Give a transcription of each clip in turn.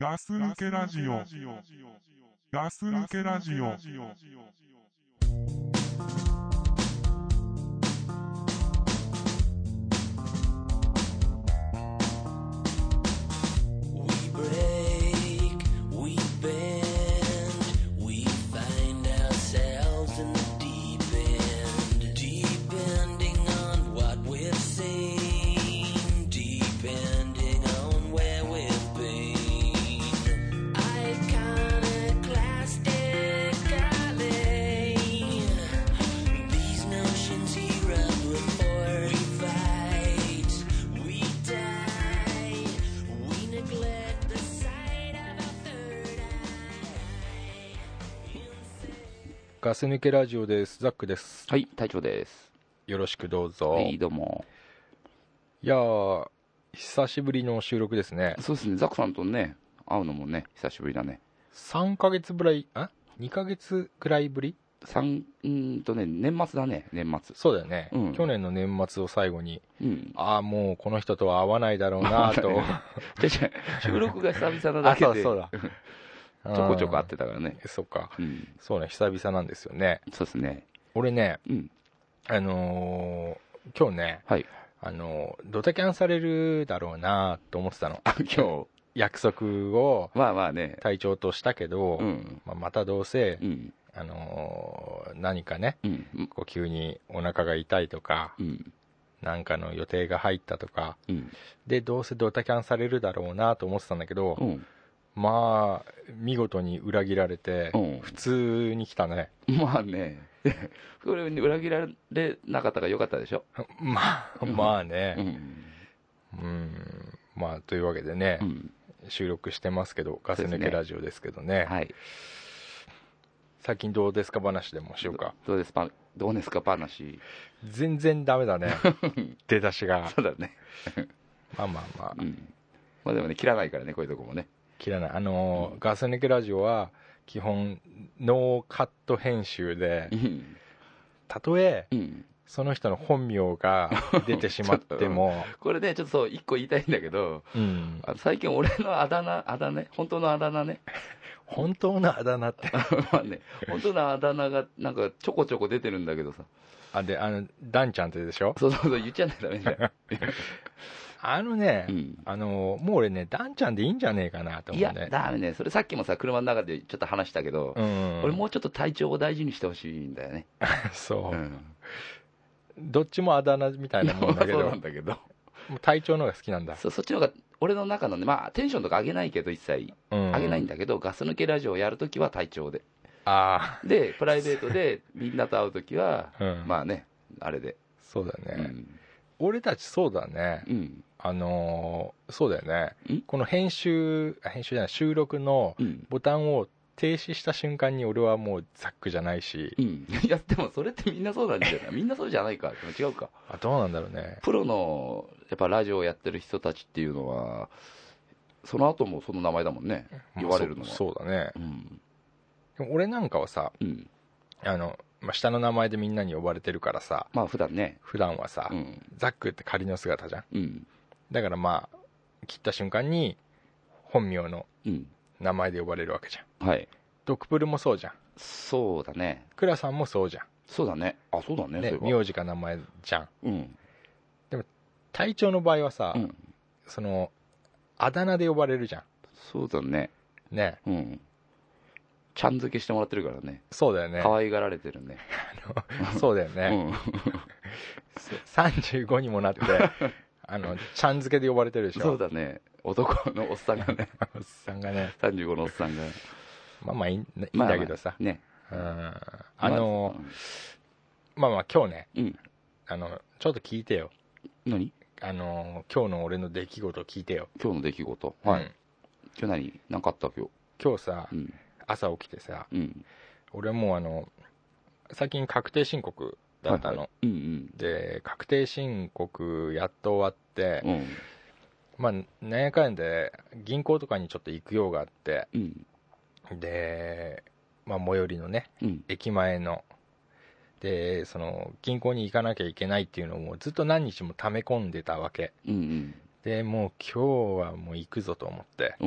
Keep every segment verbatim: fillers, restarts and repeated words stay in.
ガス抜けラジオ。ガス抜けラジオ。ガス抜けラジオです。ザックです。 はい、隊長です。 よろしくどうぞ。 はい、どうも。 いやー、久しぶりの収録ですね。 そうですね、ザックさんとね、会うのもね、久しぶりだね。 さんかげつぶらい、あ ?に ヶ月くらいぶり ?さん、んとね、年末だね、年末。 そうだよね、 うん、 去年の年末を最後に、 うん、 ああ、もうこの人とは会わないだろうなと。 収録が久々なだけで、 あ、そうだ。 ちょこちょこ会ってたからね。 そっか、 うん、 そうね、久々なんですよね。 そうですね。 俺ね、 うん、 あのー、今日ね、 はい、 あのー、ドタキャンされるだろうなと思ってたの。 あ、今日約束をまあまあね、 隊長としたけど、 うん、 まあ、またどうせ、 うん、 あのー、何かね、 うん、 こう急にお腹が痛いとか、 うん、 なんかの予定が入ったとか、 うん、 でどうせドタキャンされるだろうなと思ってたんだけど、 うん、 まあ見事に裏切られて、 うん、 普通に来たね。 まあね、これに裏切られなかったからよかったでしょ。 まあまあね、 うん、 うん、まあというわけでね、 うん、 収録してますけど、ガス抜けラジオですけどね、 はい。 最近どうですか話でもしようか。 どうですかどうですか話。 全然ダメだね出だしが。 そうだね。 まあまあまあ、 うん、まあでもね、切らないからね、こういうとこもね。 切らない。あのーうん、 ガス抜けラジオは基本ノーカット編集で、 うん、 たとえうん、 その人の本名が出てしまってもこれね、ちょっとそう、一個言いたいんだけど、 うん、 あの最近俺のあだ名、あだ名、本当のあだ名ね。 本当のあだ名ってまあね、本当のあだ名がなんかちょこちょこ出てるんだけどさ。 あであのダンちゃんってでしょ。 そうそうそう、言っちゃないとダメじゃん。 あのね、 うん、 あのもう俺ねダンちゃんでいいんじゃねえかなと思うね。 いや、ダメね。それさっきもさ、車の中でちょっと話したけど、 うん、 俺もうちょっと体調を大事にしてほしいんだよね。 そう、 うん、 どっちもあだ名みたいなもんだけど、 そうなんだけど、 もう体調の方が好きなんだ。 そ, そっちの方が俺の中のね、まあテンションとか上げないけど、一切うん上げないんだけど、ガス抜けラジオをやるときは体調で、 ああでプライベートでみんなと会うときは、 うんまあね、あれで、 そうだね、 うん、 俺たちそうだね、 うん、 あのーそうだよね、 んこの編集あ編集じゃない収録のうん、 ボタンを停止した瞬間に俺はもうザックじゃないし、 うん、いやでもそれってみんなそうなんじゃないみんなそうじゃないか、でも違うか。 あどうなんだろうね。 プロのやっぱラジオをやってる人たちっていうのは、その後もその名前だもんね、言われるのは。 まあ、そそうだね、 うん、 でも俺なんかはさ、 うん、 あの、まあ、下の名前でみんなに呼ばれてるからさ、 まあ普段ね、 普段はさ、 うん、 ザックって仮の姿じゃん。 うん、 だからまあ切った瞬間に本名のうん、 名前で呼ばれるわけじゃん。 はい、 ドクプルもそうじゃん。 そうだね、 クラさんもそうじゃん。 そうだね、あ、そうだね、 ね、 そういえば、 名字か名前じゃん。 うん、 隊長の場合はさ、 うん、 そのあだ名で呼ばれるじゃそうだね、 んね。 うん、ちゃん付けしてもらってるからね、 そうだよね。 可愛がられてるね。 そうだよね、 うん、 さんじゅうごにもなってあのちゃん付けで呼ばれてるでしょ。 そうだね、男のおっさんがね、 おっさんがね、 さんじゅうごのおっさんが、 まあまあいいいいんまあまあだけどさ、 ね、 うん、あの、まあまあ今日ね、 うん、 あのちょっと聞いてよ。 何？ あの今日の俺の出来事を聞いてよ。 今日の出来事、 うん、 はい、今日何何かあった今日？ 今日さ、 うん、 朝起きてさ、 うん、 俺はもうあの最近確定申告だったの、 はいはい、うん、 で確定申告やっと終わって、 うん、 まあなんやかんで銀行とかにちょっと行く用があって、 うん、 で、まあ、最寄りのね、 うん、 駅前のでその銀行に行かなきゃいけないっていうのをもうずっと何日も溜め込んでたわけうん、 で、もう今日はもう行くぞと思って、 うん、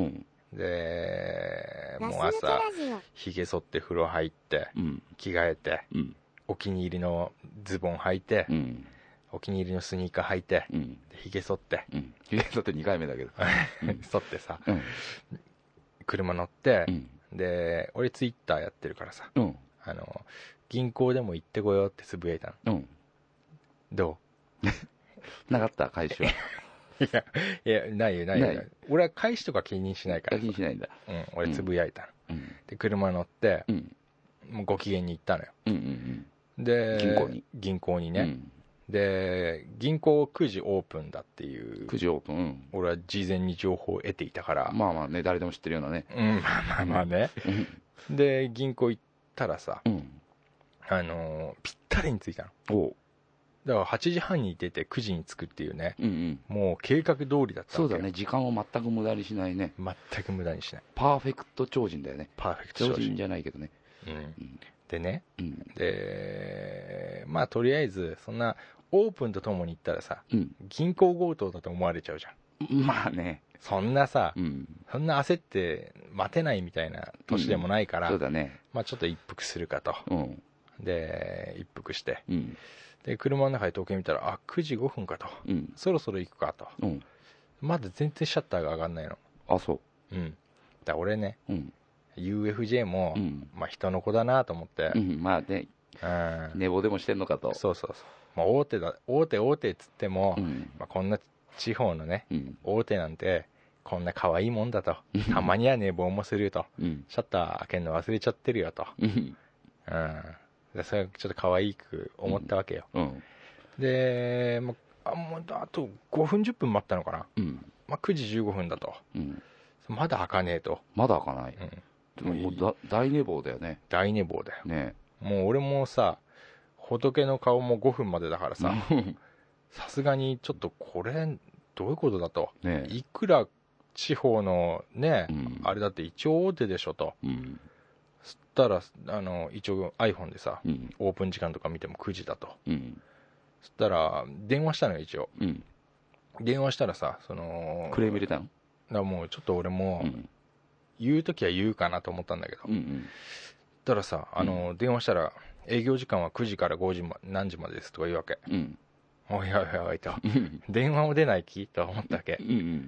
でもう朝ひげ剃って風呂入って、 うん、 着替えて、 うん、 お気に入りのズボン履いて、 うん、 お気に入りのスニーカー履いて、 うん、 でひげ剃って、 うん、ひげ剃ってにかいめだけど剃ってさ、 うん、 車乗って、 うん、 で俺ツイッターやってるからさ、 うん、 あの銀行でも行ってこようってつぶやいたの。 うん、 どうなかった返しは。 いやいやないよないよ。 ない俺は返しとか気にしないからさ。 気にしないんだ。 うん、俺つぶやいたの、 うん、 で車乗って、 うん、 もうご機嫌に行ったのよ。 うんうんうん、で銀行に銀行にね、 うん、 で銀行くじオープンだっていうくじオープン、うん、 俺は事前に情報を得ていたから、 まあまあね、誰でも知ってるようなね、 うん、まあまあまあね、うん、で銀行行ったらさ、 うん、 あのー、ぴったりに着いたの。 おだからはちじはんに出てくじに着くっていうね、 うんうん、 もう計画通りだったわけよ。 そうだね、時間を全く無駄にしないね。 全く無駄にしない。 パーフェクト超人だよね。 パーフェクト超人。 超人じゃないけどね。 うんうん、でね、 うん、 でまあとりあえずそんなオープンとともに行ったらさ、 うん、 銀行強盗だと思われちゃうじゃん。 まあね、 そんなさ、 うん、 そんな焦って待てないみたいな年でもないから、 うん、そうだね、 まあちょっと一服するかと、 うん、 で一服して、 うん、 で車の中で時計見たらあくじごふんかと、 うん、 そろそろ行くかと、 うん、 まだ全然シャッターが上がんないの。 あ、そう、 うん、だから俺ね、 うん、 ユーエフジェー も、 うん、 まあ、人の子だなと思って、 うん、まあね、 うん、 寝坊でもしてんのかと。 そうそうそう、まあ、大手だ大手大手っつっても、 うん、 まあ、こんな地方のね、 うん、 大手なんてこんな可愛いもんだと、たまには寝坊もすると、うん、シャッター開けるの忘れちゃってるよと、うん、でそれちょっと可愛く思ったわけよ、うんうん、で、まあ、あもうあとごふんじゅっぷん待ったのかな、うん、まあ、くじじゅうごふんだと、うん、まだ開かねえと。 まだ開かない、うん、もうだ大寝坊だよね。 大寝坊だよ、 ね、 もう俺もさ仏の顔もごふんまでだからささすがにちょっとこれどういうことだと、ね、いくら地方のね、うん、あれだって一応大手でしょと、うん、そしたらあの一応 iPhone でさ、うん、オープン時間とか見てもくじだと、うん、そしたら電話したのよ一応、うん、電話したらさそのクレーム入れたの？だからもうちょっと俺も、うん、言うときは言うかなと思ったんだけど、うんうん、たらさあの、うん、電話したら営業時間はくじからごじま何時までですとか言うわけ、うん、おいおいおいと電話も出ない気と思ったわけ、うんうん、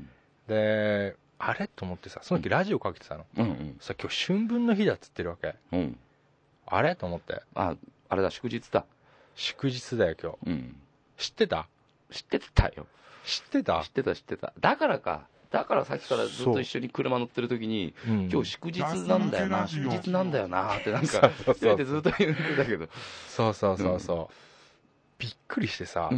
であれと思ってさその時ラジオかけてたの、うんうん、さ今日春分の日だっつってるわけ、うん、あれと思って、 ああれだ祝日だ祝日だよ今日、うん、知ってた？ 知ってたよ。 知ってた？ 知ってた知ってた。だからかだからさっきからずっと一緒に車乗ってる時に、うん、今日祝日なんだよな祝日なんだよなってなんか一人でずっと言ってたけど、 そうそうそうそう、うん、びっくりしてさ、うん、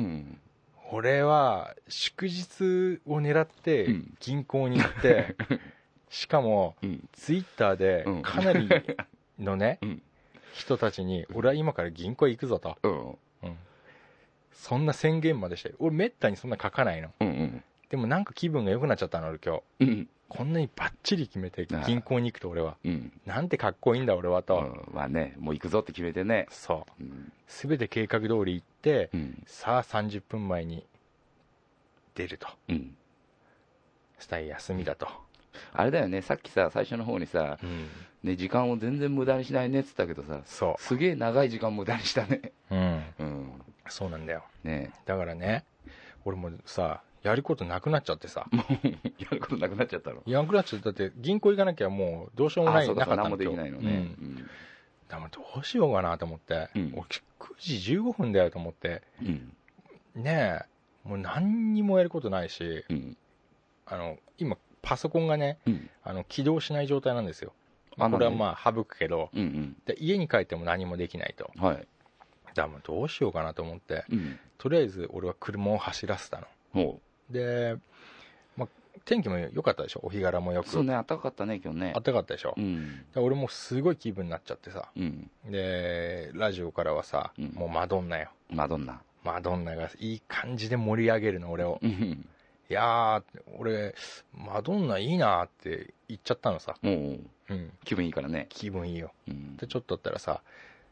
俺は祝日を狙って銀行に行って、うん、しかも、うん、ツイッターでかなりのね、うん、人たちに俺は今から銀行行くぞと、うんうん、そんな宣言までして俺めったにそんな書かないの、うんうん、でもなんか気分が良くなっちゃったの俺今日、うん、こんなにバッチリ決めて銀行に行くと俺は、うん、なんてかっこいいんだ俺はと、うん、 まあねもう行くぞって決めてね、 そう、うん、全て計画通り行って、うん、さあさんじゅっぷんまえに出ると、うん、スタイ休みだと、 あれだよねさっきさ最初の方にさ、うんね、時間を全然無駄にしないねっつったけどさ、そうすげえ長い時間無駄にしたね、うんうん、そうなんだよ、ね、だからね俺もさやることなくなっちゃってさやることなくなっちゃったの？ やなくなっちゃったって銀行行かなきゃもうどうしようもない、 なかったの。何もできないのね、うんうん、 だからどうしようかなと思って、うん、くじじゅうごふんだよと思って、うん、ねえもう何にもやることないし、うん、あの今パソコンがね、うん、あの起動しない状態なんですよ。これはまあ省くけど、うんうん、で家に帰っても何もできないと、はい、だからもうどうしようかなと思って、うん、とりあえず俺は車を走らせたので、まあ、天気も良かったでしょ、お日柄もよく。 そうね、暖かかったね今日ね。 暖かかったでしょ、うん、で俺もすごい気分になっちゃってさ、うん、でラジオからはさ、うん、もうマドンナよ、 マドンナマドンナがいい感じで盛り上げるの俺をいやー俺マドンナいいなって言っちゃったのさ、うん、 うん、気分いいからね。 気分いいよ、うん、でちょっとだったらさ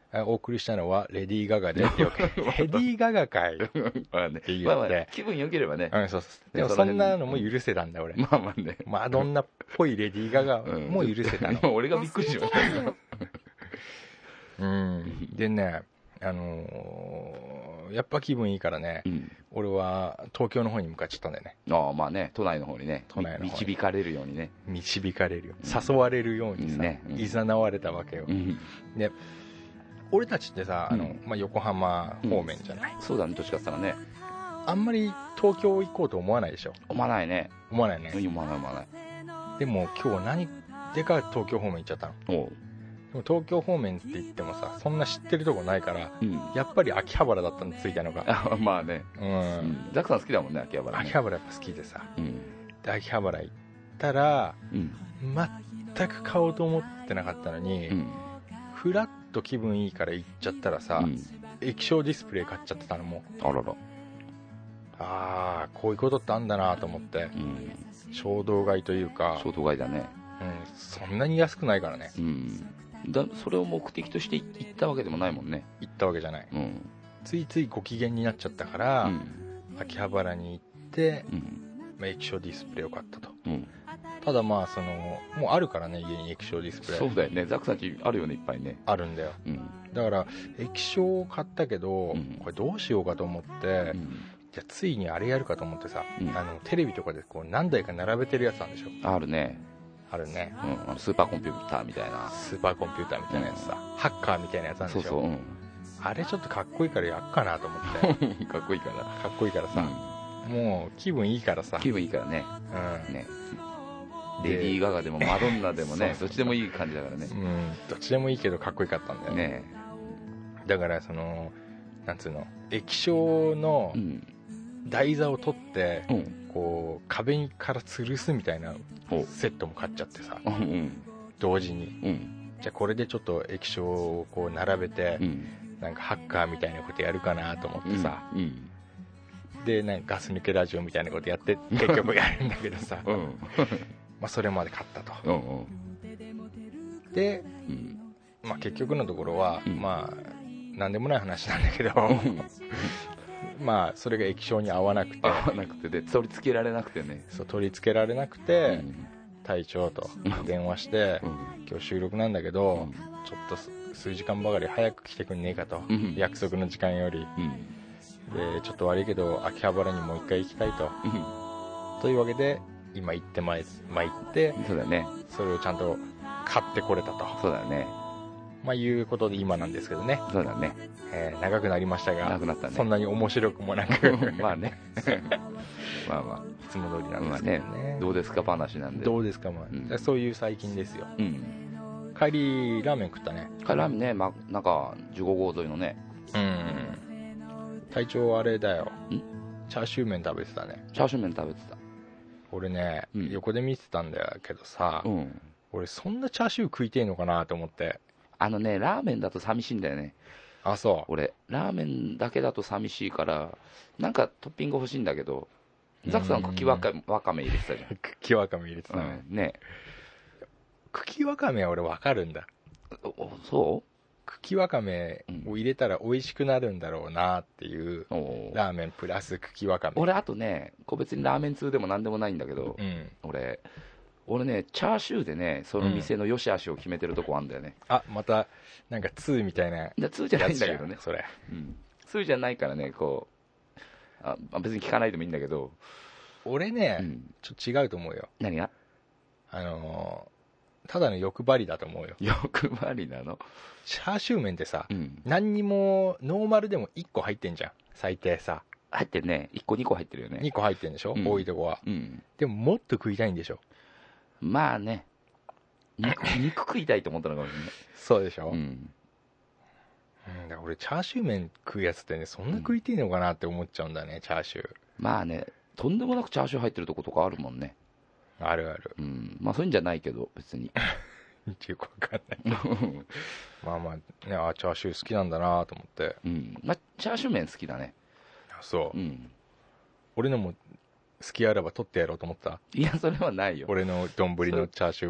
お送りしたのはレディー・ガガでってよくレディー・ガガかいって言って、 まあね、まあまあ気分良ければね、 うん、そうそう、でもそんなのも許せたんだ俺。 まあまあね、 マドンナっぽいレディー・ガガも許せたの、 うん、俺がびっくりしましたうん、でね、あのー、やっぱ気分いいからね、うん、俺は東京の方に向かっちゃったんだよね。 ああ、まあね、都内の方にね、 都内の方に導かれるようにね、 導かれるように、誘われるようにさ、ね、うん、誘われたわけよ、うん、で俺たちってさ、あの、まあ、横浜方面じゃない、 うん、そうだね、どっちかって言ったらね、 あんまり東京行こうと思わないでしょ。 思わないね。 思わないね。 思わない思わない。 でも今日何でか東京方面行っちゃったの。おう。でも東京方面って言ってもさ、そんな知ってるとこないから、うん、やっぱり秋葉原だったのついたのが。 あ、まあね、うん、うん、ザックさん好きだもんね、秋葉原、ね、 秋葉原やっぱ好きでさ、うん、で秋葉原行ったら、うん、全く買おうと思ってなかったのに、うん、フラッと気分いいから行っちゃったらさ、うん、液晶ディスプレイ買っちゃってたのも。 あらら。 ああ、こういうことってあんだなと思って、うん、衝動買いというか。 衝動買いだね、 うん、そんなに安くないからね、うん、 だそれを目的として行ったわけでもないもんね。 行ったわけじゃない、うん、ついついご機嫌になっちゃったから、うん、秋葉原に行って、うん、まあ、液晶ディスプレイを買ったと、うん、ただまあそのもうあるからね、家に液晶ディスプレイ。 そうだよね、ザックさんちあるよね、いっぱいね。 あるんだよ、うん、だから液晶を買ったけど、うん、これどうしようかと思って、うん、じゃあついにあれやるかと思ってさ、うん、あのテレビとかでこう何台か並べてるやつなんでしょ。 あるね、 あるね、 うん、スーパーコンピューターみたいな。 スーパーコンピューターみたいなやつさ、うん、ハッカーみたいなやつなんでしょ。そうそう、うん、あれちょっとかっこいいからやっかなと思ってかっこいいからかっこいいからさ、うん、もう気分いいからさ、 気分いいからね、うん、ね、レディー・ガガでもマドンナでもねどっちでもいい感じだからね、うん、 どっちでもいいけどかっこよかったんだよ ね, ね。だからそのなんつうの、液晶の台座を取って、うん、こう壁から吊るすみたいなセットも買っちゃってさ、うんうん、同時に、うん、じゃあこれでちょっと液晶をこう並べて、うん、なんかハッカーみたいなことやるかなと思ってさ、うんうん、でなんかガス抜けラジオみたいなことやって結局やるんだけどさ、うん、まあそれまで買ったと、うんうん、で、うん、まあ、結局のところは、うん、まあなんでもない話なんだけどまあそれが液晶に合わなくて合わなくてで取り付けられなくてね、 そう取り付けられなくて、うん、隊長と電話して、うん、今日収録なんだけど、うん、ちょっと数時間ばかり早く来てくんねえかと、うん、約束の時間より、うん、でちょっと悪いけど秋葉原にもう一回行きたいと、うん、というわけで今行ってまいってそうだね、 それをちゃんと買ってこれたと。 そうだね、 まあいうことで今なんですけどね。 そうだね、 えー、長くなりましたが、 長くなったね、 そんなに面白くもなくまあねまあまあいつも通りなんですけどね、まあ、ね、 どうですか話なんで、 どうですか、まあ、うん、そういう最近ですよ、うん、帰りラーメン食ったね。 帰りラーメンね、ま、なんかじゅうごごう沿いのね、うん、 隊長あれだよ、チャーシュー麺食べてたね。 チャーシュー麺食べてた。 俺ね、うん、横で見てたんだけどさ、うん、俺そんなチャーシュー食いてえのかなと思って。 あのね、ラーメンだと寂しいんだよね。 あ、そう。 俺ラーメンだけだと寂しいからなんかトッピング欲しいんだけど、ザクさん茎わかわかめ入れてたじゃん。 茎わかめ入れてたね、うん、ね。茎わかめは俺わかるんだ。 そう、 茎わかめを入れたら美味しくなるんだろうなっていう、うん、ラーメンプラス茎わかめ。 俺あとね、個別にラーメン通でもなんでもないんだけど、うん、俺俺ね、チャーシューでね、その店の良し悪しを決めてるとこあるんだよね、 うん、あ、またなんかツーみたいなやつ。 じゃツーじゃないんだけどね、 それ、 うん、ツーじゃないからね、こうあ別に聞かないでもいいんだけど、 俺ね、うん、ちょっと違うと思うよ。 何が？ あのー、ただの欲張りだと思うよ。 欲張りなの？ チャーシュー麺ってさ、うん、何にもノーマルでもいっこ入ってんじゃん、最低さ。 入ってるね、いっこにこ入ってるよね。 にこ入ってるんでしょ、うん、多いとこは、うん、でももっと食いたいんでしょ。 まあね、肉, 肉食いたいと思ったのかもしれない。 そうでしょ、うん、うん、だから俺チャーシュー麺食うやつってね、そんな食いていいのかなって思っちゃうんだね、チャーシュー。 まあね、とんでもなくチャーシュー入ってるとことかあるもんね。 あるある、 うん、まあそういうんじゃないけど別によくわかんないまあまあね、あチャーシュー好きなんだなと思って、 うん、まあチャーシュー麺好きだね。 あ、そう、うん、俺のも好きあらば取ってやろうと思った。 いやそれはないよ、 俺の丼のチャーシューも。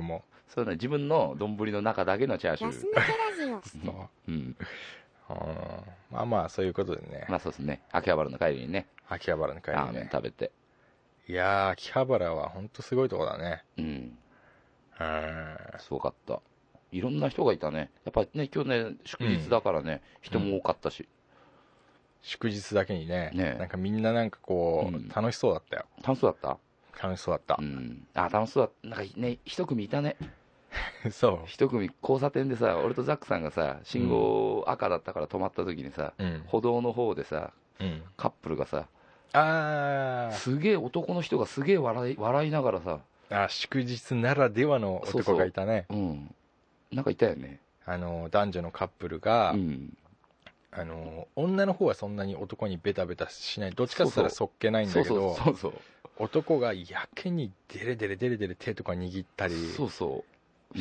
そうね、自分の丼の中だけのチャーシュー。 そう、うん、まあまあそういうことでね。 まあそうですね、秋葉原の帰りにね、 秋葉原の帰りにね食べて。 いやー、秋葉原は本当すごいとこだね。 うん、すごかった。いろんな人がいたね。やっぱりね、今日ね祝日だからね、うん、人も多かったし、うん、 祝日だけに ね, ねなんかみんななんかこう、うん、楽しそうだったよ。 楽しそうだった楽しそうだった、 うん、あ、楽しそうだった。なんかね、一組いたね。 そう一組交差点でさ、俺とザックさんがさ、信号赤だったから止まった時にさ、うん、歩道の方でさ、うん、カップルがさ、あすげえ男の人がすげえ笑い笑いながらさ、 あ、祝日ならではの男がいたね。 そうそう、うん、なんかいたよね。 あの男女のカップルが、うん、あの女の方はそんなに男にベタベタしない、どっちかって言ったらそっけないんだけど、 そうそう、 男がやけにデレデレデレデレ手とか握ったり、 そうそう、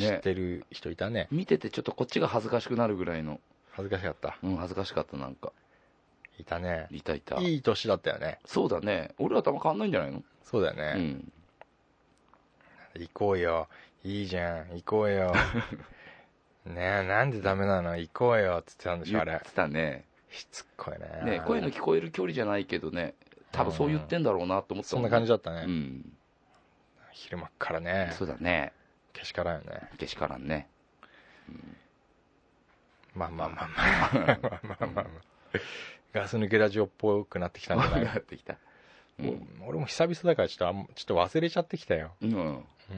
ね、してる人いたね。 見ててちょっとこっちが恥ずかしくなるぐらいの。 恥ずかしかった。 うん、恥ずかしかった。なんかいたね。 いたいた。 いい年だったよね。 そうだね。俺らとあんま変わんないんじゃないの。 そうだよね、うん、行こうよ、いいじゃん、行こうよねえ、なんでダメなの、行こうよって言ってたんでしょ、あれ。 言ってたね。 しつっこいね。 ね、声の聞こえる距離じゃないけどね、多分そう言ってんだろうなと思ってたもん、 ね、そんな感じだったね、 うん、 昼間っからね。 そうだね、 けしからんよね。 けしからんね、 うん、まあまあまあまあまあまあまあまあガス抜けラジオっぽくなってきたんじゃないなってきた、 うん、俺も久々だからちょっとちょっと忘れちゃってきたよ。うん、 うん、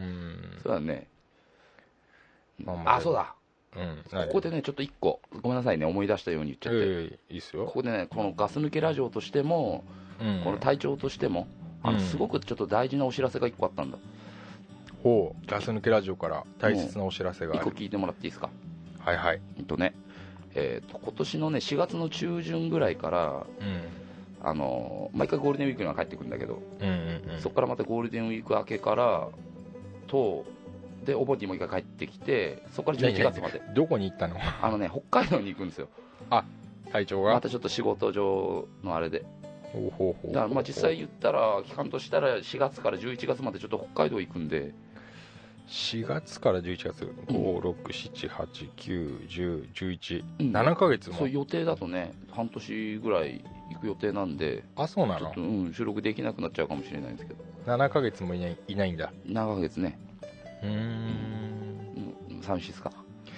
そうだね、 まあまあ、 あ、そうだ、うん、ここでねちょっといっこごめんなさいね、思い出したように言っちゃって、えー、いいっすよ。 ここでね、このガス抜けラジオとしても、うん、この隊長としても、あのすごくちょっと大事なお知らせがいっこあったんだ。 ほう、ガス抜けラジオから大切なお知らせがある。 いっこ聞いてもらっていいですか。 はいはい。 えっとね、えー、と今年のねしがつの中旬ぐらいから、うん、あの毎回ゴールデンウィークには帰ってくるんだけど、うんうんうん、そこからまたゴールデンウィーク明けからとでお盆にもう一回帰ってきて、そこからじゅういちがつまで。 どこに行ったの。 あのね、北海道に行くんですよ。 あ、隊長がまたちょっと仕事上のあれで。ほうほうほう。だからまあ実際言ったら期間としたらしがつからじゅういちがつまでちょっと北海道行くんで、 しがつからじゅういちがつ、ご、ろく、しち、はち、きゅう、じゅう、じゅういち、うん、ななかげつも。 そう予定だとね、半年ぐらい行く予定なんで。 あ、そうなの。 ちょっと、うん、収録できなくなっちゃうかもしれないんですけど。 ななかげつもいない、いないんだ。 ななかげつね。 うーん、 うん、寂しいですか。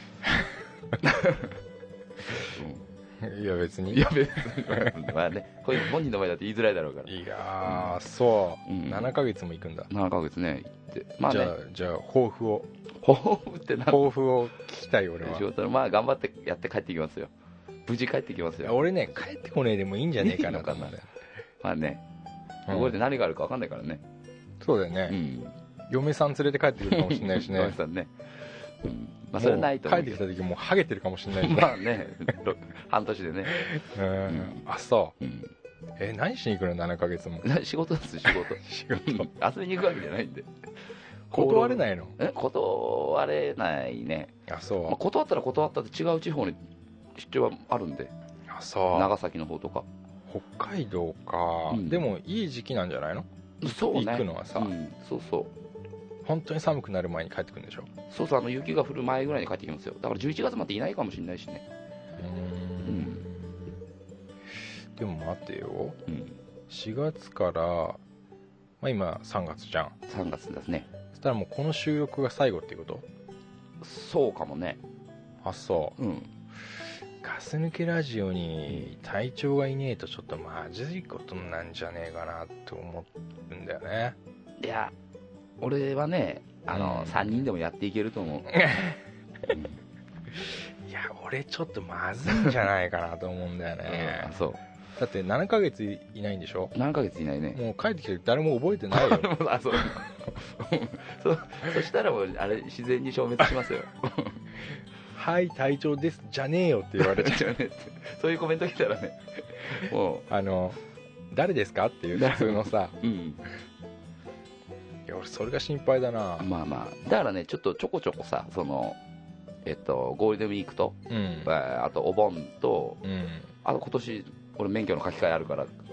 うん、いや別に。 いや別に。まあね、こういう本人の前だって言いづらいだろうから。 いやー、そう、うん、ななかげつも行くんだ。 ななかげつね、行って。まあね、 じゃあ、じゃあ抱負を。 抱負って何。 抱負を聞きたい俺は。 仕事のまあ頑張ってやって帰ってきますよ。無事帰ってきますよ。 俺ね、帰ってこねえでもいいんじゃねえかなと思う。 まあね、ここで何があるか分かんないからね。 そうだよね、うん、嫁さん連れて帰ってくるかもしれないしね。 嫁さんね、うん、まあそれないと思う。 帰ってきた時もうハゲてるかもしれないし、ね、 まあね、半年でね。 うん、うん、あ、そう、うん、え、何しに行くのななかげつも。 仕事です、仕事。仕事遊びに行くわけじゃないんで。 断れないの。 え、断れないね。 あ、そう、 まあ、断ったら断ったって違う地方に出張はあるんで。 あ、そう、 長崎の方とか北海道か、うん、でもいい時期なんじゃないの。 そうね、 行くのはさ、うん、 そうそう、 本当に寒くなる前に帰ってくるんでしょ。 そうそう、あの雪が降る前ぐらいに帰ってきますよ。だからじゅういちがつまでいないかもしれないしね。 うーん、うん、でも待ってよ、うん、しがつから、まあ、今さんがつじゃん。 さんがつですね。 そしたらもうこの収録が最後っていうこと。 そうかもね。 あ、そう、 うん、 ガス抜けラジオに隊長がいねえとちょっとまずいことなんじゃねえかなって思うんだよね。 いや、俺はね、あの、うん、さんにんでもやっていけると思う。うん、 いや、俺ちょっとまずいんじゃないかなと思うんだよね。 うん、そう。 だってななかげついないんでしょ。 ななかげついないね。 もう帰ってきて誰も覚えてないよ。 あ、そうそ, そしたらもうあれ自然に消滅しますよ。 はい隊長ですじゃねえよって言われちゃう。 そういうコメント来たらね、もうあの誰ですかっていう普通のさ、うん、いや俺それが心配だな。 まあまあだからね、ちょっとちょこちょこさ、そのえっとゴールデンウィークと、うん、あとお盆と、うん、あと今年俺免許の書き換えあるから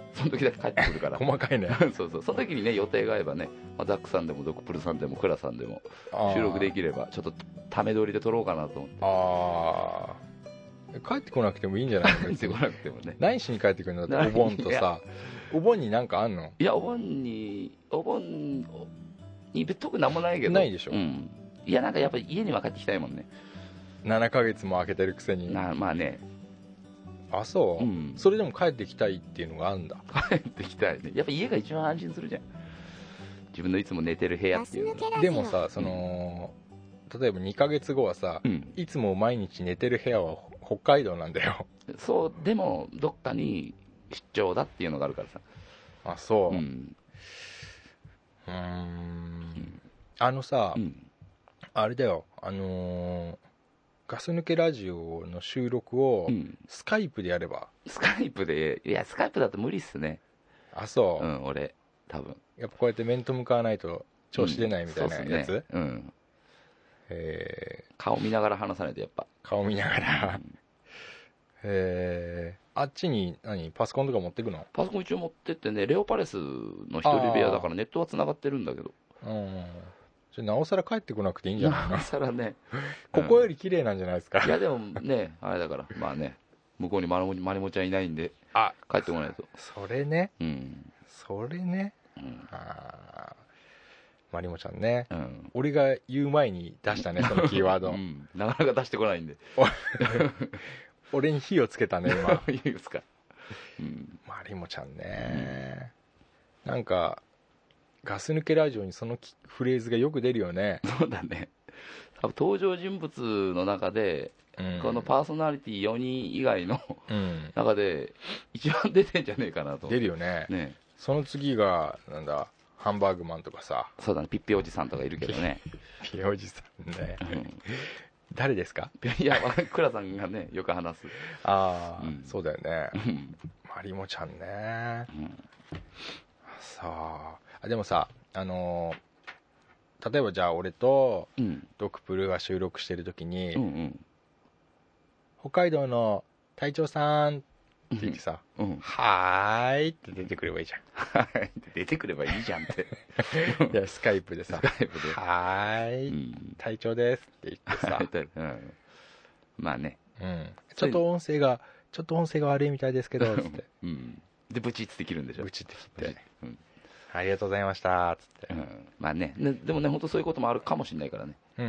その時だけ帰ってくるから細かいねそうそう、その時にね予定が合えばね、まあ、ザックさんでもドクプルさんでもクラさんでも収録できればちょっとため撮りで撮ろうかなと思って。 ああ、帰ってこなくてもいいんじゃないの？ 帰ってこなくてもね。 何しに帰ってくるの？だってお盆とさ、お盆になんかあんの？ いや、お盆にお盆に特になんもないけど。 ないでしょ、 うん、いや、なんかやっぱり家には帰ってきたいもんね。 ななかげつも空けてるくせに。 なまあね。 あ、そう、うん、それでも帰ってきたいっていうのがあるんだ。 帰ってきたいね。やっぱ家が一番安心するじゃん、自分のいつも寝てる部屋っていうの。 でもさ、その、うん、例えばにかげつごはさ、うん、いつも毎日寝てる部屋は北海道なんだよ。 そう、でもどっかに出張だっていうのがあるからさ。 あ、そう、うん、うーん、あのさ、うん、あれだよ、あのー、ガス抜けラジオの収録をスカイプでやれば、 うん、スカイプで、いやスカイプだと無理っすね。 あ、そう、 うん、俺多分やっぱこうやって面と向かわないと調子出ないみたいなやつ、 うん、うん、 えー、 顔見ながら話さないとやっぱ。 顔見ながら、うん、えー、あっちに何パソコンとか持ってくの？ パソコン一応持ってってね、レオパレスの一人部屋だからネットはつながってるんだけど、 うん、じゃなおさら帰ってこなくていいんじゃないの？ なおさらねここより綺麗なんじゃないですか、 うん、いやでもね、あれだからまあね、向こうにマリモ、マリモちゃんいないんで、あ、帰ってこないと。 それね、 うん、 それね、うん、あ、マリモちゃんね、 うん、 俺が言う前に出したねそのキーワード、うん、 なかなか出してこないんで俺に火をつけたね今いいですか、うん、 マリモちゃんね、うん、なんかガス抜けラジオにそのフレーズがよく出るよね。 そうだね、多分登場人物の中で、うん、このパーソナリティよにん以外の、うん、中で一番出てんじゃねえかなと。 出るよ ね, ねその次がなんだ、ハンバーグマンとかさ。 そうだね、ピッピおじさんとかいるけどねピッピおじさんね、うん、誰ですか？ いや、倉さんがねよく話す。 ああ、うん、そうだよねマリモちゃんね、うん、さあ、あ、でもさ、あのー、例えばじゃあ俺とドクプルが収録してる時に、うんうん、北海道の隊長さんって言ってさ、うんうん、はーいって出てくればいいじゃん。 はーいって出てくればいいじゃんっていやスカイプでさ、 スカイプではーい、うん、隊長ですって言ってさ、 うん、まあね、 うん、ちょっと音声がちょっと音声が悪いみたいですけどつって、 うん、でブチって切るんでしょ。 ブチって切って、うん、ありがとうございましたつって、 うん、まあね、でもね、本当そういうこともあるかもしれないからね。 うん、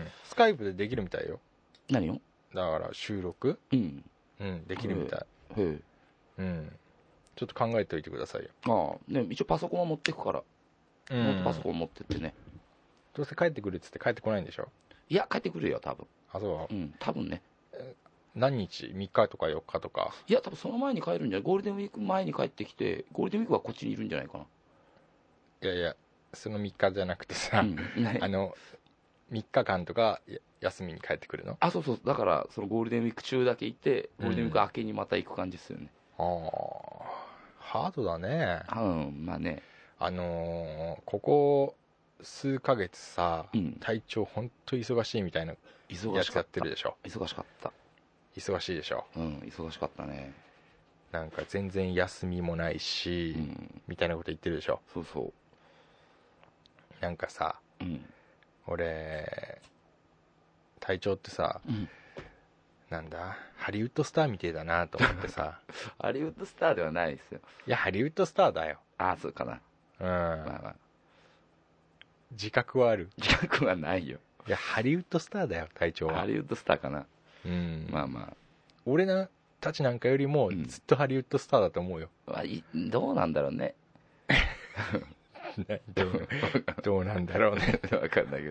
スカイプでできるみたいよ。 何を？だから収録、うん、うん、できるみたい。へえ、うん、ちょっと考えておいてくださいよ。 ああ、ね、一応パソコンは持ってくから、うん、ノートパソコン持ってってね。 どうせ帰ってくるっつって帰ってこないんでしょ？ いや、帰ってくるよ多分。 あ、そう、 うん、多分ね。 何日？みっかとかよっかとか。 いや、多分その前に帰るんじゃない？ゴールデンウィーク前に帰ってきて、ゴールデンウィークはこっちにいるんじゃないかな。 いやいや、そのみっかじゃなくてさ、うん、あのみっかかんとか休みに帰ってくるの？ あ、そうそう、だからそのゴールデンウィーク中だけいて、ゴールデンウィーク明けにまた行く感じですよね。 うん、ああ、ハードだね。 うん、まあね、 あのー、ここ数ヶ月さ、うん、体調ほんと忙しいみたいなやつやってるでしょ。 忙しかった。 忙しいでしょ。 うん、忙しかったね。 なんか全然休みもないし、うん、みたいなこと言ってるでしょ。 そうそう。 なんかさ、うん、俺隊長ってさ、うん、なんだハリウッドスターみてえだなと思ってさハリウッドスターではないですよ。 いやハリウッドスターだよ。 ああ、そうかな。うん、まあまあ、 自覚はある？ 自覚はないよ。 いやハリウッドスターだよ隊長は。 ハリウッドスターかな。うん、まあまあ、 俺たちなんかよりもずっとハリウッドスターだと思うよ。 うん、どうなんだろうねどう、どうなんだろうね分かんないけど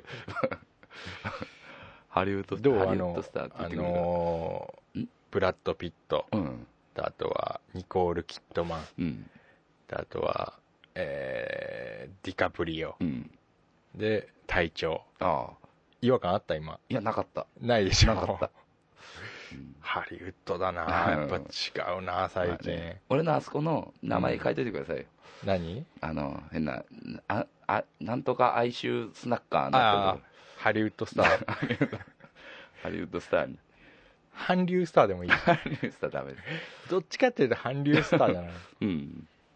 ハリウッドスター、ハリウッドスターって言ってくるから、あのー、ブラッド・ピット、うん、あとはニコール・キッドマン、うん、あとは、えー、ディカプリオ、うん、で隊長。ああ、違和感あった？今。 いや、なかった。 ないでしょ。 なかった、 うん、ハリウッドだな、やっぱ違うな最近、まあね、 俺のあそこの名前書いといてくださいよ、 うん、何？ あの変なああなんとか哀愁スナッカーなってる。 ハリウッドスターハリウッドスターに韓流スターでもいい。 韓流スターダメです。 どっちかっていうと韓流スターじゃない？ うん、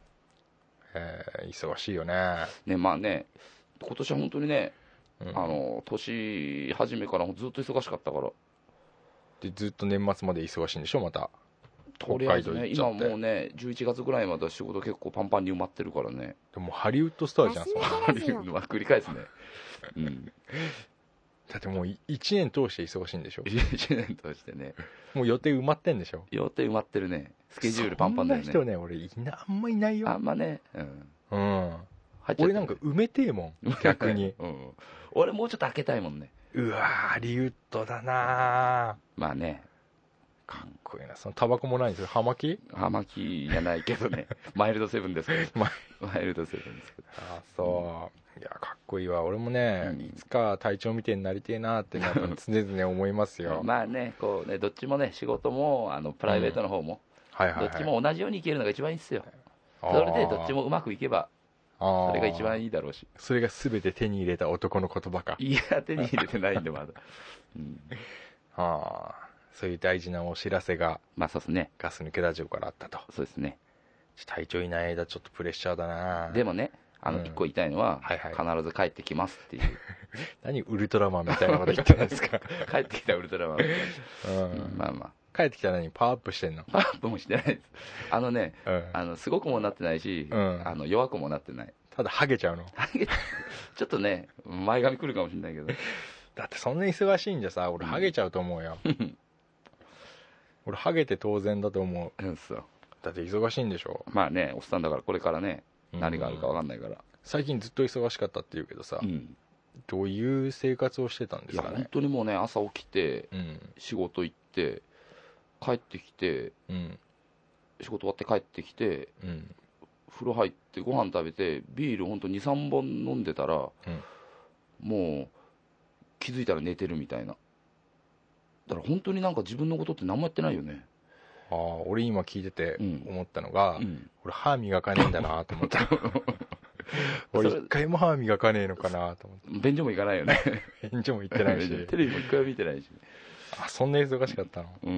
えー、忙しいよね。 ね、まあね、今年は本当にね、うん、あの年始めからずっと忙しかったから。 でずっと年末まで忙しいんでしょまた。 とりあえずね、今もうねじゅういちがつぐらいまで仕事結構パンパンに埋まってるからね。 でもハリウッドスターじゃん。そハリウッドは繰り返すね。うん、 だってもういちねん通して忙しいんでしょ。 いちねん通してね。 もう予定埋まってんでしょ。 予定埋まってるね。スケジュールパンパンだよね。 そんな人ね俺いなあんまいないよ。 あんまね、うん、 うん、俺なんか埋めてえもん逆に、 うん、俺もうちょっと開けたいもんね。 うわハリウッドだな。 まあね、 かっこいいな。そのタバコもないんですよ。葉巻葉巻じゃないけどねマイルドセブンですけどマイルドセブンですけど。 ああそう、いやかっこいいわ。俺もね、うん、いつか隊長みたいになりてえなって常々思いますよまあね、こうね、どっちもね、仕事もあのプライベートの方も、うん、はいはいはい、どっちも同じようにいけるのが一番いいっすよ。それでどっちもうまくいけばそれが一番いいだろうし。 それが全て手に入れた男の言葉か。 いや手に入れてないんでまだ、うん、 ああ、そういう大事なお知らせが、 まあそうですね、 ガス抜けラジオからあったと。 そうですね。 隊長いない間ちょっとプレッシャーだな。 でもね、あの一個言いたいのは、うん、はいはい、必ず帰ってきますっていう何ウルトラマンみたいなこと言ってるんですか帰ってきたウルトラマンみたいな、うんうん、まあまあ帰ってきたら何パワーアップしてんの。 パワーアップもしてないです。あのね、うん、あのすごくもなってないし、うん、あの弱くもなってない。 ただハゲちゃうの。 ハゲちょっとね前髪くるかもしれないけどだってそんな忙しいんじゃさ俺ハゲちゃうと思うよ、うん、俺ハゲて当然だと思う、うん、そうだって忙しいんでしょ。 まあね、おっさんだからこれからね、うん、何があるか分かんないから。最近ずっと忙しかったって言うけどさ、うん、どういう生活をしてたんですかね。 いや本当にもうね、朝起きて、うん、仕事行って帰ってきて、うん、仕事終わって帰ってきて、うん、風呂入ってご飯食べてビール本当にさんぼん飲んでたら、うん、もう気づいたら寝てるみたいな。だから本当になんか自分のことって何もやってないよね。 ああ、俺今聞いてて思ったのが、うん、俺歯磨かねえんだなと思った俺一回も歯磨かねえのかなと思って。 便所も行かないよね便所も行ってないしテレビも一回も見てないし。 あ、そんな忙しかったの。 うん、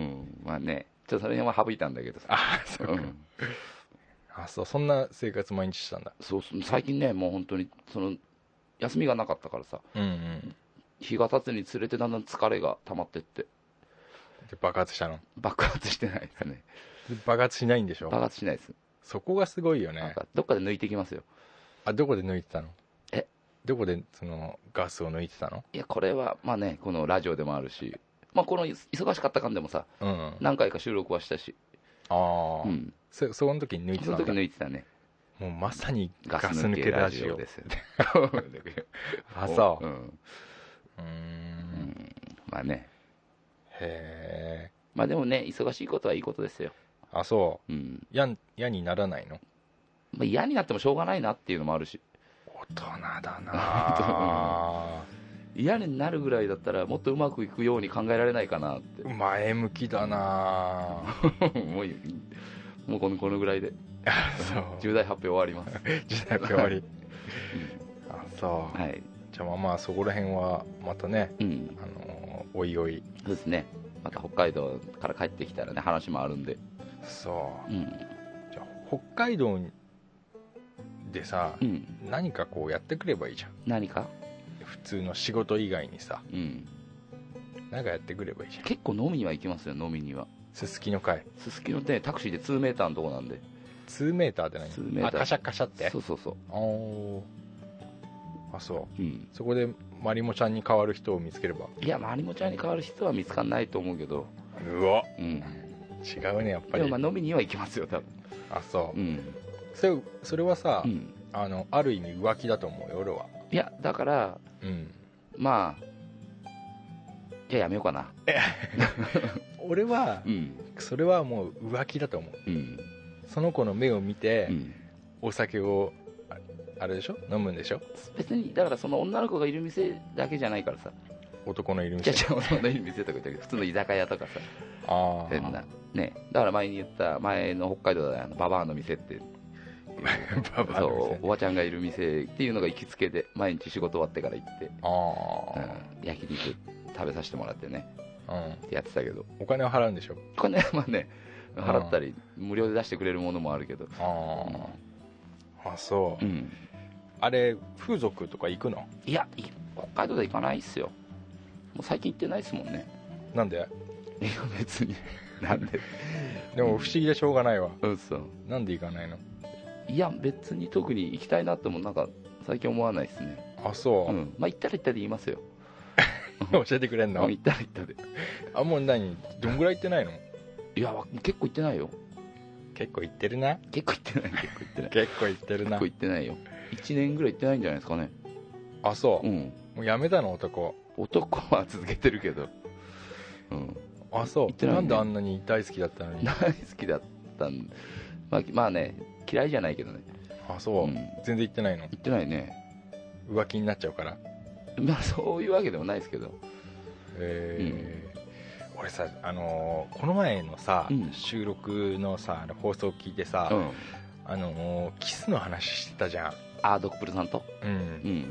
まあね、ちょっとその辺は省いたんだけどさ。 あ、そうか、うん、あ、そう、そんな生活毎日したんだ。 そう最近ね、もう本当にその休みがなかったからさ、うんうん、日が経つにつれてだんだん疲れが溜まってって、 で爆発したの。 爆発してないですね。 爆発しないんでしょ。 爆発しないです。 そこがすごいよね。 どっかで抜いてきますよ。 あ、どこで抜いてたの。 え、 どこでそのガスを抜いてたの。 いや、これはまあね、このラジオでもあるし、まあ、この忙しかった感でもさ、うん、何回か収録はしたし。ああ、うん、そ, その時に抜いてたんだ。 その時抜いてたね。 もうまさにガス抜けラジオですよねあ、そう、うん、うーん、 まあね。 へえ。 まあでもね、忙しいことはいいことですよ。 あ、そう、うん、嫌にならないの。 まあ、嫌になってもしょうがないなっていうのもあるし。 大人だな嫌になるぐらいだったらもっとうまくいくように考えられないかなって。 前向きだなもういい、もうこのこのぐらいでそう重大発表終わります重大発表終わり、うん、あ、そう、はい、じゃあまあまあそこら辺はまたね、うん、あのおいおい。 そうですね、また北海道から帰ってきたらね話もあるんで。 そう、うん、じゃあ北海道でさ、うん、何かこうやってくればいいじゃん。 何か普通の仕事以外にさ、うん、なんかやってくればいいじゃん。 結構飲みには行きますよ。飲みにはすすきの会。 すすきのってタクシーでにメーターのとこなんで。 にメーターって何。にメーター、あ、カシャカシャって。 そうそうそう。 おあ、そう、うん、そこでまりもちゃんに代わる人を見つければ。 いや、まりもちゃんに代わる人は見つかんないと思うけど。 うわ、うん、違うねやっぱり。 でもまあ飲みには行きますよ多分。 あ、そう、うん、それそれはさ、うん、あのある意味浮気だと思うよ俺は。 いやだから、うん、まあじゃあやめようかな俺は、うん、それはもう浮気だと思う、うん、その子の目を見て、うん、お酒をあれでしょ飲むんでしょ。 別にだからその女の子がいる店だけじゃないからさ。 男のいる店。 じゃあ男のいる店とか言ったけど普通の居酒屋とかさ。ああ、変なね。だから前に言った前の北海道であのババアの店ってババアの店、そうおばちゃんがいる店っていうのが行きつけで毎日仕事終わってから行って、あ、うん、焼肉食べさせてもらってね、うん、やってたけど。 お金は払うんでしょ。 お金はまあね払ったり無料で出してくれるものもあるけど。あ、 あ、そう、 うん、 あれ風俗とか行くの？ いや北海道で行かないっすよ。もう最近行ってないっすもんね。 なんで？ いや別になんででも不思議でしょうがないわ。 うん、そう。 なんで行かないの？ いや別に特に行きたいなってもなんか最近思わないですね。 あ、そう、 うん、まあ行ったら行ったで言いますよ教えてくれんの？ 行ったら行ったで。 あ、もう何どんぐらい行ってないの？ いや結構行ってないよ。 結構行ってるな。 結構行ってない結構行ってない結構行ってるな。 結構行ってないよ。いちねんぐらい行ってないんじゃないですかね。 あ、そう、 うん、 もうやめたの男？ 男は続けてるけど、うん、 あ、そう、 行ってないね。 なんであんなに大好きだったのに？ 大好きだったん、まあ、まあね嫌いじゃないけどね。 あ、そう、 うん、 全然行ってないの？ 行ってないね。 浮気になっちゃうから？ まあそういうわけでもないですけど。 えーうん、俺さ、あのー、この前のさ、うん、収録のさ放送を聞いてさ、うん、あのー、キスの話してたじゃん。 あ、ドクプルさんと。 うん、うん、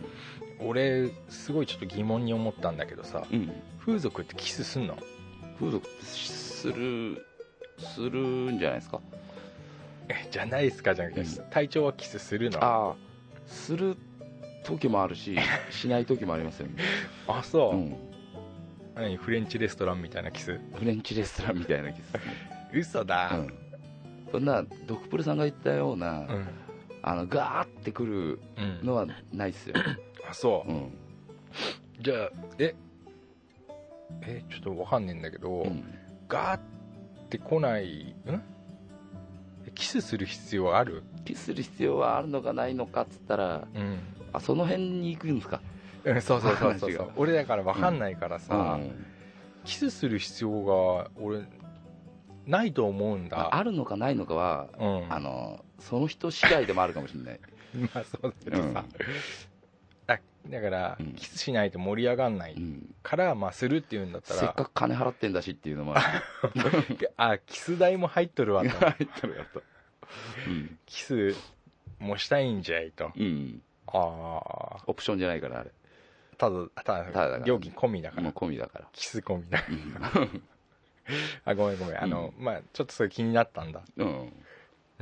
俺すごいちょっと疑問に思ったんだけどさ、うん、風俗ってキスすんの？ 風俗するするんじゃないですか。 えじゃないですかじゃなくて、うん、隊長はキスするの？ ああ、する時もあるししない時もありますよね。 あ、そう、うん、何フレンチレストランみたいなキス？ フレンチレストランみたいなキス嘘だ、うん、 そんなドクプルさんが言ったような、うん、あのガーってくるのはないっすよ、うん、 あ、そう、うん、じゃあええちょっとわかんねえんだけど、うん、ガーって来ない、んキスする必要はある？ キスする必要はあるのかないのかっつったら、うん、あ、その辺に行くんですか？ うん、そうそうそうそうそう俺だから分かんないからさ、うんうん、キスする必要が俺ないと思うんだ。 あ、あるのかないのかは、うん、あのその人次第でもあるかもしれないまあそうだけどさ、うん、だ, だから、うん、キスしないと盛り上がんないから、まあするっていうんだったらせっかく金払ってんだしっていうのもあるあ、キス代も入っとるわと入っとるわと、 うん、キスもしたいんじゃいと、うん、ああオプションじゃないからあれただただただ料金込みだからもう込みだからキス込みだからあ、ごめんごめん、あの、うん、まあちょっとそれ気になったんだ。うん、うんうん、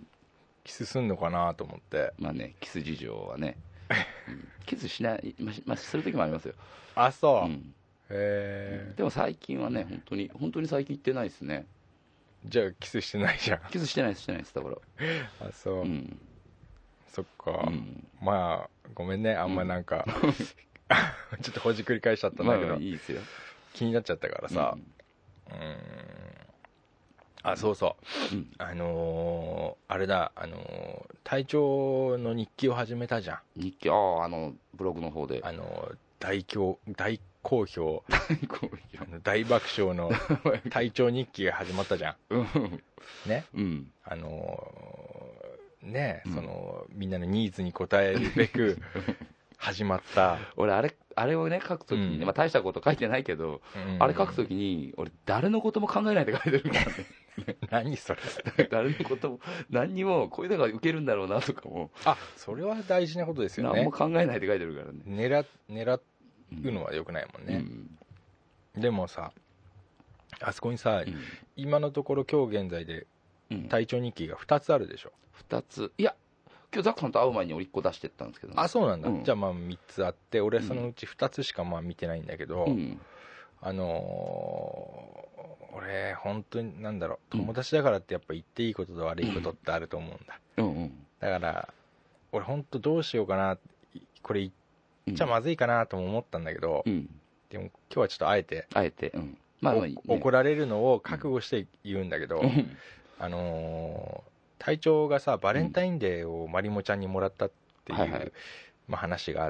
キスすんのかなと思って。 まあね、キス事情はね、うん、キスしない、まあ、まあ、する時もありますよ。 あ、そう、うん、へえ。でも最近はね、本当に本当に最近行ってないですね。 じゃあキスしてないじゃん。 キスしてないしてないですだから。 あ、そう、うん、そっか、うん、まあごめんね、あんまなんか、うん、ちょっとほじくり返しちゃったんだけど、まあ、 いいですよ、 気になっちゃったからさ、うん、うーん、あ、そうそう、うん、あのー、あれだ、あのー、隊長の日記を始めたじゃん。 日記、ああ、あのブログの方で、 あのー、大好大好評大好評大爆笑の隊長日記が始まったじゃんね、うん、あのー、ね、うん、そのみんなのニーズに応えるべく始まった俺あれあれをね書くときに、うん、まあ、大したこと書いてないけど、うん、あれ書くときに俺誰のことも考えないで書いてるからね何それ誰のことも何にもこういうのが受けるんだろうなとかも、 あ、それは大事なことですよね。 何も考えないで書いてるからね。 狙狙うのは良くないもんね、うん、でもさあそこにさ、うん、今のところ今日現在で隊長日記がふたつあるでしょ。 ふたつ、いや今日ザックさんと会う前に俺いっこ出してったんですけど、ね、 あ、そうなんだ、うん、じゃあまあみっつあって、俺そのうちふたつしかまあ見てないんだけど、うん、あのー、俺本当になんだろう、友達だからってやっぱ言っていいことと悪いことってあると思うんだ、うんうん、だから俺本当どうしようかな、これ言っちゃまずいかなとも思ったんだけど、うん、でも今日はちょっとあえてあえて、うん、まあまあいいね、 怒られるのを覚悟して言うんだけど、うん、あのー隊長がさバレンタインデーをまりもちゃんにもらったっていう、うん、はいはい、まあ、話があって、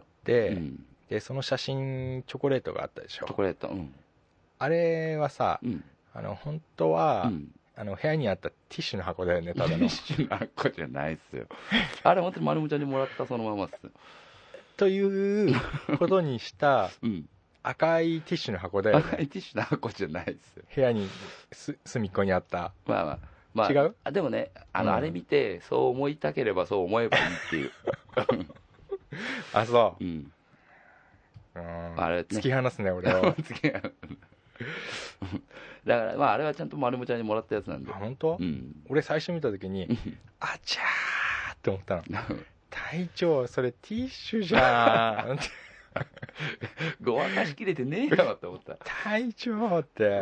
うん、でその写真チョコレートがあったでしょ。 チョコレート、うん、 あれはさ、うん、あの本当は、うん、あの部屋にあったティッシュの箱だよね、ただの。 ティッシュの箱じゃないっすよあれ本当にまりもちゃんにもらったそのままっすということにした赤いティッシュの箱だよね。 赤いティッシュの箱じゃないっすよ、 部屋にす隅っこにあった。 まあまあまあ、違う？あでもね、あの、うん、あれ見てそう思いたければそう思えばいいっていうあ、そう、うん、うん、あれ、ね、突き放すね俺はだからまああれはちゃんとまるもちゃんにもらったやつなんで。 あ、本当？うん、俺最初見た時にあちゃーって思ったの隊長それティッシュじゃんごまかしきれてねえよって思った。 隊長って、うん、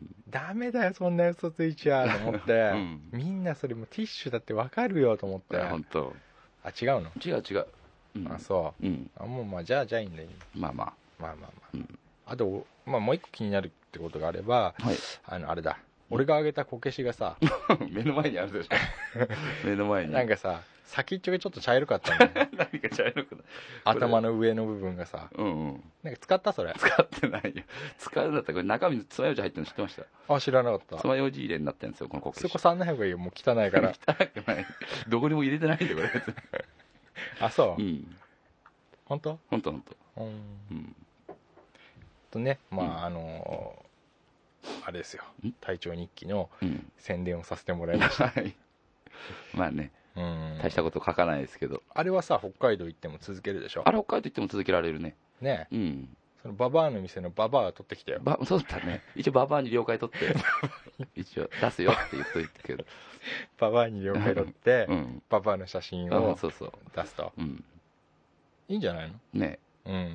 ダメだよそんな嘘ついちゃと思って、うん、みんなそれもティッシュだって分かるよと思って。 本当。 あ、違うの？ 違う違う、 うん、あ、そう、うん、あ、もうまあじゃあじゃあいいんだよ。 まあまあまあまあまあ、うん、あと、まあ、もう一個気になるってことがあれば、はい、あのあれだ、俺があげたこけしがさ目の前にあるでしょ目の前になんかさ、先っちょがちょっと茶色かったんだよね何か茶色くな頭の上の部分がさ、うんうん、なんか使ったそれ？ 使ってないよ。使うんだったらこれ中身に爪楊枝入ってるの知ってました？ あ、知らなかった。 爪楊枝入れになってるんですよこのこけし。 そこ触んない方がいいよ、もう汚いから汚くない、どこにも入れてないんだよこれあ、そう、 うん、 本当？ 本当本当。うん、 うん、とね、まあ、うん、あのー、あれですよ、隊長日記の宣伝をさせてもらいました、うん、はい、 まあね、うん、大したこと書かないですけど。 あれはさ、北海道行っても続けるでしょ？ あれ北海道行っても続けられるね。 ね、 うん、 そのババアの店のババア取ってきたよ。 ばそうだね、一応ババアに了解取って一応出すよって言っといてけどババアに了解取って、うん、ババアの写真を出すと、うん、いいんじゃないのね。 うん、うん、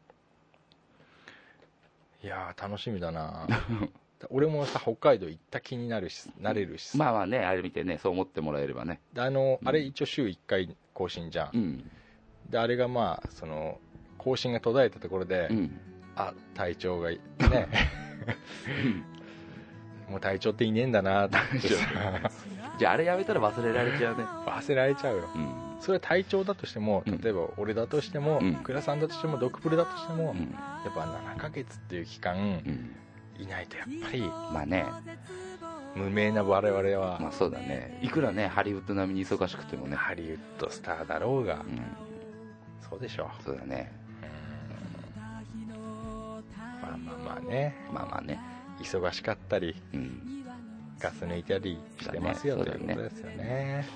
いやー楽しみだな俺もさ北海道行った気になるしなれるし、 まあまあね、あれ見てねそう思ってもらえればね。 あの、うん、あれ一応週いっかい更新じゃん、うん、であれがまあその更新が途絶えたところで、うん、あ、隊長がねもう隊長っていねえんだなってじゃああれやめたら忘れられちゃうね。 忘れられちゃうよ、うん、それは隊長だとしても、例えば俺だとしても、うん、倉さんだとしてもドクプルだとしても、うん、やっぱななかげつっていう期間、うん、いないとやっぱりまあね、 無名な我々は、 まあそうだね、いくらねハリウッド並みに忙しくてもね、 ハリウッドスターだろうが、うん、そうでしょ。 そうだね、 うん、まあまあまあね、 まあまあね、 忙しかったり、うん、ガス抜いたりしてますよ、ね、ということですよね。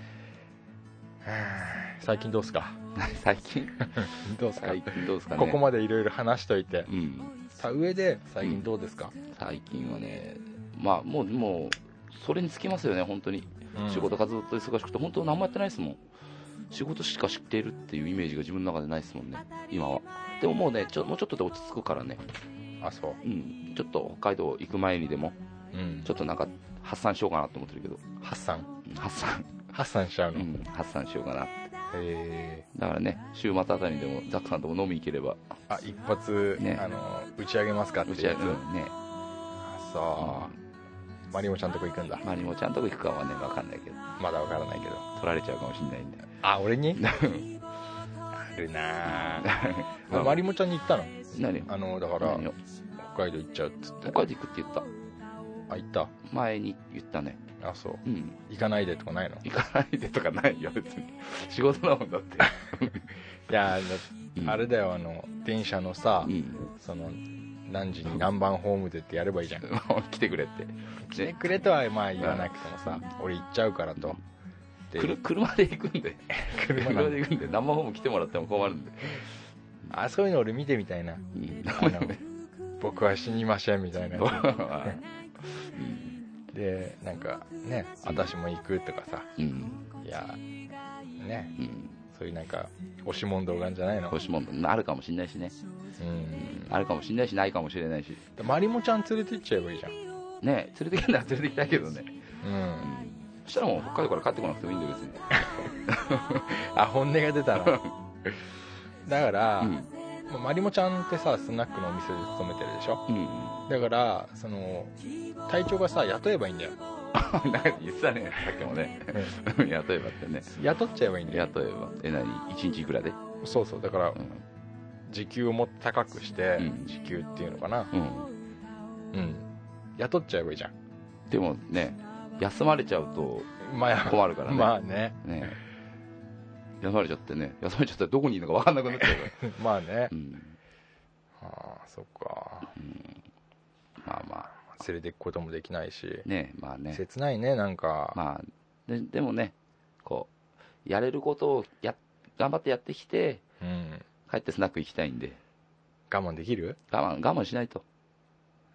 最近どうすか最近どうすか最近どうすかね。 ここまでいろいろ話しといて、うん、さあ上で最近どうですか、 うん、最近はね、まあもうもうそれにつきますよね本当に、うん、仕事がずっと忙しくて本当何もやってないですもん。仕事しか知っているっていうイメージが自分の中でないですもんね今は。でももうねちょもうちょっとで落ち着くからね。 あ、そう、 うん、ちょっと北海道行く前にでも、うん、ちょっとなんか発散しようかなと思ってるけど。 発散、 うん、発散発散しちゃうの、うん、 発散しようかな。 へだからね週末あたりにでもザックさんとも飲み行ければ、 あ、一発、ね、あの打ち上げますかっていうやつ、うん、ね。あ、そう、うん、マリモちゃんとこ行くんだ。 マリモちゃんとこ行くかはね分かんないけど、 まだ分からないけど取られちゃうかもしれないんで。 あ、俺にあるなぁマリモちゃんに言ったの？ 何？ あのだから北海道行っちゃうっつって。 北海道行くって言った。 あ、行った。 前に言ったね。 あ、そう、うん、行かないでとかないの？ 行かないでとかないよ別に仕事だもんだっていや、うん、あれだよ、あの電車のさ、うん、その何時に何番ホームでってやればいいじゃん来てくれって来てくれとはまあ言わなくてもさ、うん、俺行っちゃうからと、 うん、車で行くんで車で行くんで生ホーム来てもらっても困るんで。 あ、そういうの俺見てみたいな、うん、あの僕は死にませんみたいなでなんかね、私も行くとかさ、うん、いやね、うん、そういうなんか押し問答があるんじゃないの？ 押し問答あるかもしれないしね、うん、あるかもしれないしないかもしれないし。 マリモちゃん連れて行っちゃえばいいじゃんね。連れて行くんだら連れて行きたいけどね、うん、うん、そしたらもう北海道から帰ってこなくてもいいんだよ別にあ、本音が出たのだから、うん、マリモちゃんってさスナックのお店で勤めてるでしょ、うん、だからその隊長がさ雇えばいいんだよなんか言ってたねさっきもね、うん、雇えばってね。 雇っちゃえばいいんだよ。 雇えばえ何いちにちいくらで。 そうそう、だから、うん、時給をもっと高くして、うん、時給っていうのかな、うん、うん、雇っちゃえばいいじゃん。 でもね休まれちゃうと困るからね。 まあね、 ね、休まれちゃってね、休まれちゃったらどこにいるのか分かんなくなっちゃうからまあね、うん、ああそっか、うん、 まあまあ連れていくこともできないしね。まあね、 切ないねなんか。 まあ で, でもねこうやれることをや頑張ってやってきて、うん、帰ってスナック行きたいんで。 我慢できる？ 我慢我慢しないと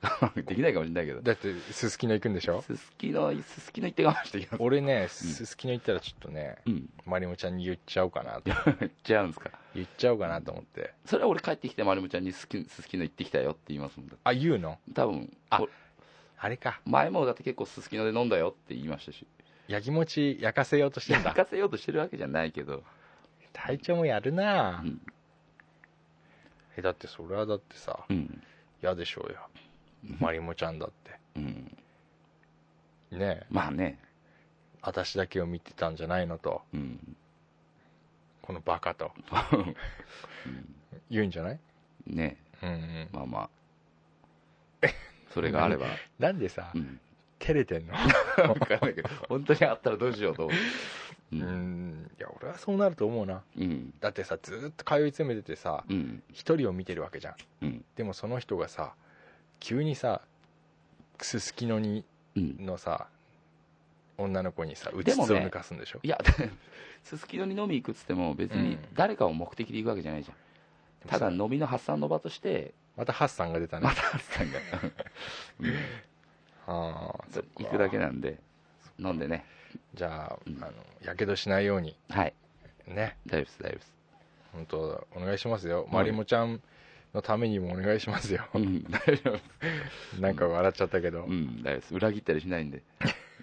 できないかもしれないけど。 だってすすきの行くんでしょ。 すすきのすすきの行って我慢してきます。 俺ねすすきの行ったらちょっとね、うん、まりもちゃんに言っちゃおうかなと言っちゃうんですか。 言っちゃおうかなと思って。 それは俺帰ってきてまりもちゃんにすすきの行ってきたよって言いますもん。 あ、言うの。 多分。 ああれか、 前もだって結構すすきので飲んだよって言いましたし。 焼きもち焼かせようとしてんだ。 焼かせようとしてるわけじゃないけど。 隊長もやるな、うん、えだってそれはだってさ嫌、うん、でしょうよ、まりもちゃんだって、うん、ねえ、 まあね、 私だけを見てたんじゃないのと、うん、このバカと、うん、言うんじゃないねえ、うんうん、まあまあそれがあればなんでさ、うん、照れてんの分かんないけど本当にあったらどうしようと思う。 うん、うんいや俺はそうなると思うな、うん、だってさずっと通い詰めててさ一、うん、人を見てるわけじゃん、うん、でもその人がさ急にさすすきのにのさ、うん、女の子にさうつつを抜かすんでしょ、ね、 いやすすきのに飲み行くっつっても別に誰かを目的で行くわけじゃないじゃん、うん、ただ飲みの発散の場としてまたハッサンが出たね。 またハッサンが、うん、あ行くだけなんで飲んでね。 じゃあ、うん、あのやけどしないように、 はいね、 大丈夫です大丈夫です。 本当お願いしますよ、まりもちゃんのためにもお願いしますよ、うん、大丈夫なんか笑っちゃったけど、 うん、うん、大丈夫です。裏切ったりしないんで、うん、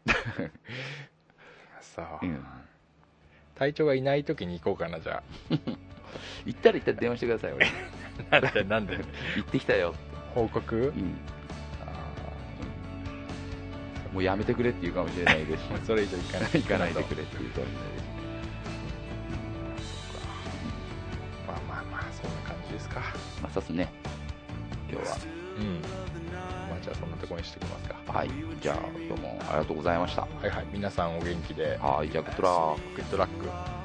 さあ、うん、隊長がいない時に行こうかな。じゃあ行ったら行ったら電話してください俺なんでなんで行ってきたよ報告、うんもうやめてくれって言うかもしれないですしそれ以上行かない行かないでくれって言うかもしれないですし、まあまあまあそんな感じですか。 まあそうっすね今日は。 うんまあじゃあそんなところにしておきますか。 はいじゃあどうもありがとうございました。 はいはい皆さんお元気で。 はいじゃあグッドラックグッドラック。